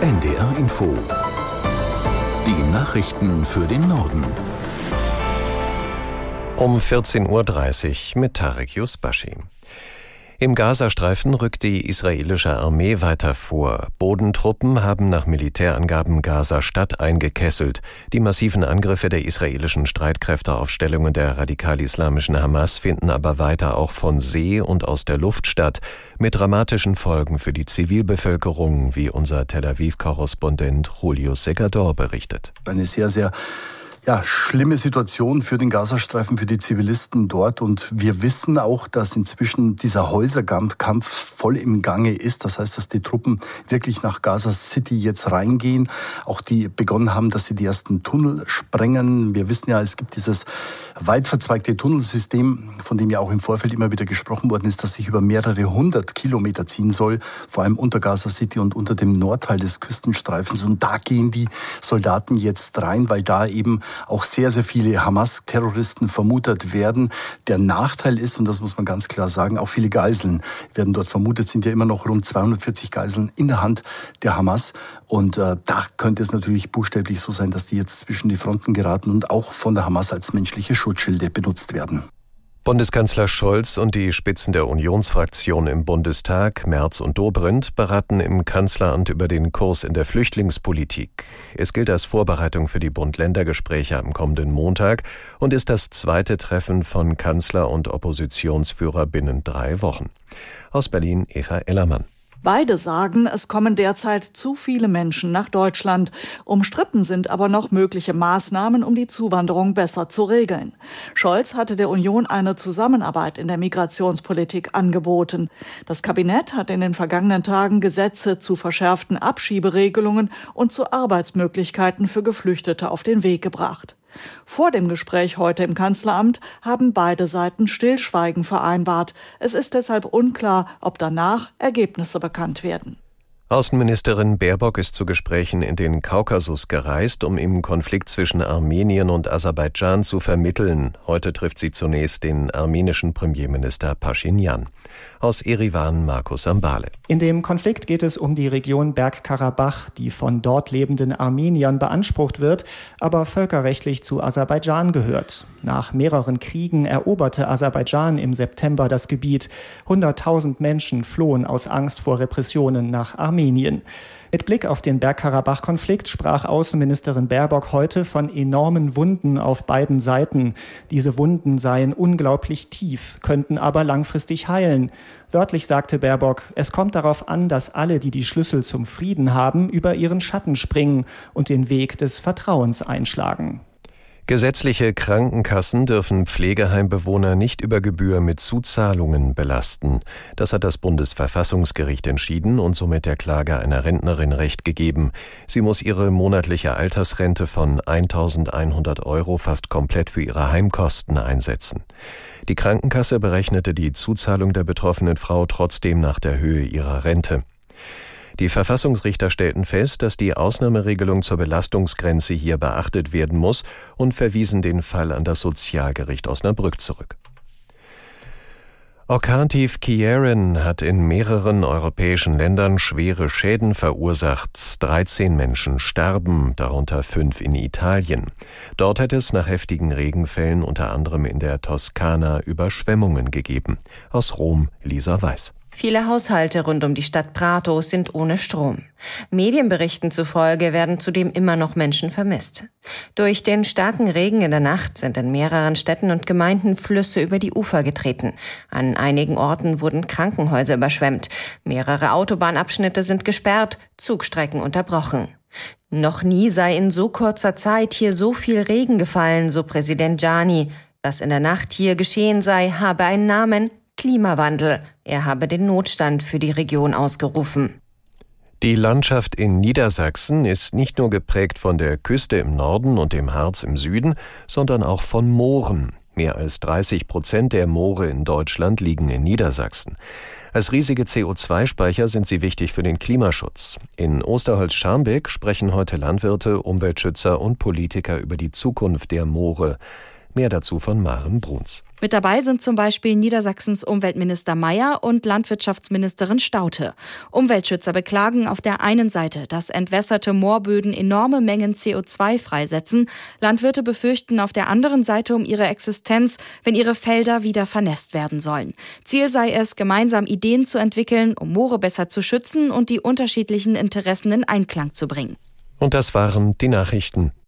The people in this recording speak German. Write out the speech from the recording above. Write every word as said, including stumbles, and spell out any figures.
N D R Info. Die Nachrichten für den Norden. Um vierzehn Uhr dreißig mit Tarek Yusbashi. Im Gazastreifen rückt die israelische Armee weiter vor. Bodentruppen haben nach Militärangaben Gaza-Stadt eingekesselt. Die massiven Angriffe der israelischen Streitkräfte auf Stellungen der radikal-islamischen Hamas finden aber weiter auch von See und aus der Luft statt, mit dramatischen Folgen für die Zivilbevölkerung, wie unser Tel Aviv-Korrespondent Julio Segador berichtet. Eine sehr, sehr Ja, schlimme Situation für den Gazastreifen, für die Zivilisten dort. Und wir wissen auch, dass inzwischen dieser Häuserkampf voll im Gange ist. Das heißt, dass die Truppen wirklich nach Gaza City jetzt reingehen. Auch die begonnen haben, dass sie die ersten Tunnel sprengen. Wir wissen ja, es gibt dieses weit verzweigte Tunnelsystem, von dem ja auch im Vorfeld immer wieder gesprochen worden ist, dass sich über mehrere hundert Kilometer ziehen soll, vor allem unter Gaza City und unter dem Nordteil des Küstenstreifens. Und da gehen die Soldaten jetzt rein, weil da eben auch sehr, sehr viele Hamas-Terroristen vermutet werden. Der Nachteil ist, und das muss man ganz klar sagen, auch viele Geiseln werden dort vermutet, sind ja immer noch rund zweihundertvierzig Geiseln in der Hand der Hamas. Und äh, da könnte es natürlich buchstäblich so sein, dass die jetzt zwischen die Fronten geraten und auch von der Hamas als menschliche Schutzschilde benutzt werden. Bundeskanzler Scholz und die Spitzen der Unionsfraktion im Bundestag, Merz und Dobrindt, beraten im Kanzleramt über den Kurs in der Flüchtlingspolitik. Es gilt als Vorbereitung für die Bund-Länder-Gespräche am kommenden Montag und ist das zweite Treffen von Kanzler und Oppositionsführer binnen drei Wochen. Aus Berlin Eva Ellermann. Beide sagen, es kommen derzeit zu viele Menschen nach Deutschland. Umstritten sind aber noch mögliche Maßnahmen, um die Zuwanderung besser zu regeln. Scholz hatte der Union eine Zusammenarbeit in der Migrationspolitik angeboten. Das Kabinett hat in den vergangenen Tagen Gesetze zu verschärften Abschieberegelungen und zu Arbeitsmöglichkeiten für Geflüchtete auf den Weg gebracht. Vor dem Gespräch heute im Kanzleramt haben beide Seiten Stillschweigen vereinbart. Es ist deshalb unklar, ob danach Ergebnisse bekannt werden. Außenministerin Baerbock ist zu Gesprächen in den Kaukasus gereist, um im Konflikt zwischen Armenien und Aserbaidschan zu vermitteln. Heute trifft sie zunächst den armenischen Premierminister Paschinjan. Aus Erivan Markus Ambale. In dem Konflikt geht es um die Region Bergkarabach, die von dort lebenden Armeniern beansprucht wird, aber völkerrechtlich zu Aserbaidschan gehört. Nach mehreren Kriegen eroberte Aserbaidschan im September das Gebiet. Hunderttausend Menschen flohen aus Angst vor Repressionen nach Armenien. Mit Blick auf den Bergkarabach-Konflikt sprach Außenministerin Baerbock heute von enormen Wunden auf beiden Seiten. Diese Wunden seien unglaublich tief, könnten aber langfristig heilen. Wörtlich sagte Baerbock, es kommt darauf an, dass alle, die die Schlüssel zum Frieden haben, über ihren Schatten springen und den Weg des Vertrauens einschlagen. Gesetzliche Krankenkassen dürfen Pflegeheimbewohner nicht über Gebühr mit Zuzahlungen belasten. Das hat das Bundesverfassungsgericht entschieden und somit der Klage einer Rentnerin Recht gegeben. Sie muss ihre monatliche Altersrente von eintausendeinhundert Euro fast komplett für ihre Heimkosten einsetzen. Die Krankenkasse berechnete die Zuzahlung der betroffenen Frau trotzdem nach der Höhe ihrer Rente. Die Verfassungsrichter stellten fest, dass die Ausnahmeregelung zur Belastungsgrenze hier beachtet werden muss und verwiesen den Fall an das Sozialgericht Osnabrück zurück. Orkantief Ciarán hat in mehreren europäischen Ländern schwere Schäden verursacht. dreizehn Menschen starben, darunter fünf in Italien. Dort hat es nach heftigen Regenfällen unter anderem in der Toskana Überschwemmungen gegeben. Aus Rom Lisa Weiß. Viele Haushalte rund um die Stadt Prato sind ohne Strom. Medienberichten zufolge werden zudem immer noch Menschen vermisst. Durch den starken Regen in der Nacht sind in mehreren Städten und Gemeinden Flüsse über die Ufer getreten. An einigen Orten wurden Krankenhäuser überschwemmt. Mehrere Autobahnabschnitte sind gesperrt, Zugstrecken unterbrochen. Noch nie sei in so kurzer Zeit hier so viel Regen gefallen, so Präsident Gianni. Was in der Nacht hier geschehen sei, habe einen Namen: Klimawandel. Er habe den Notstand für die Region ausgerufen. Die Landschaft in Niedersachsen ist nicht nur geprägt von der Küste im Norden und dem Harz im Süden, sondern auch von Mooren. Mehr als dreißig Prozent der Moore in Deutschland liegen in Niedersachsen. Als riesige C O zwei Speicher sind sie wichtig für den Klimaschutz. In Osterholz-Scharmbeck sprechen heute Landwirte, Umweltschützer und Politiker über die Zukunft der Moore. Mehr dazu von Maren Bruns. Mit dabei sind zum Beispiel Niedersachsens Umweltminister Mayer und Landwirtschaftsministerin Staudte. Umweltschützer beklagen auf der einen Seite, dass entwässerte Moorböden enorme Mengen C O zwei freisetzen. Landwirte befürchten auf der anderen Seite um ihre Existenz, wenn ihre Felder wieder vernässt werden sollen. Ziel sei es, gemeinsam Ideen zu entwickeln, um Moore besser zu schützen und die unterschiedlichen Interessen in Einklang zu bringen. Und das waren die Nachrichten.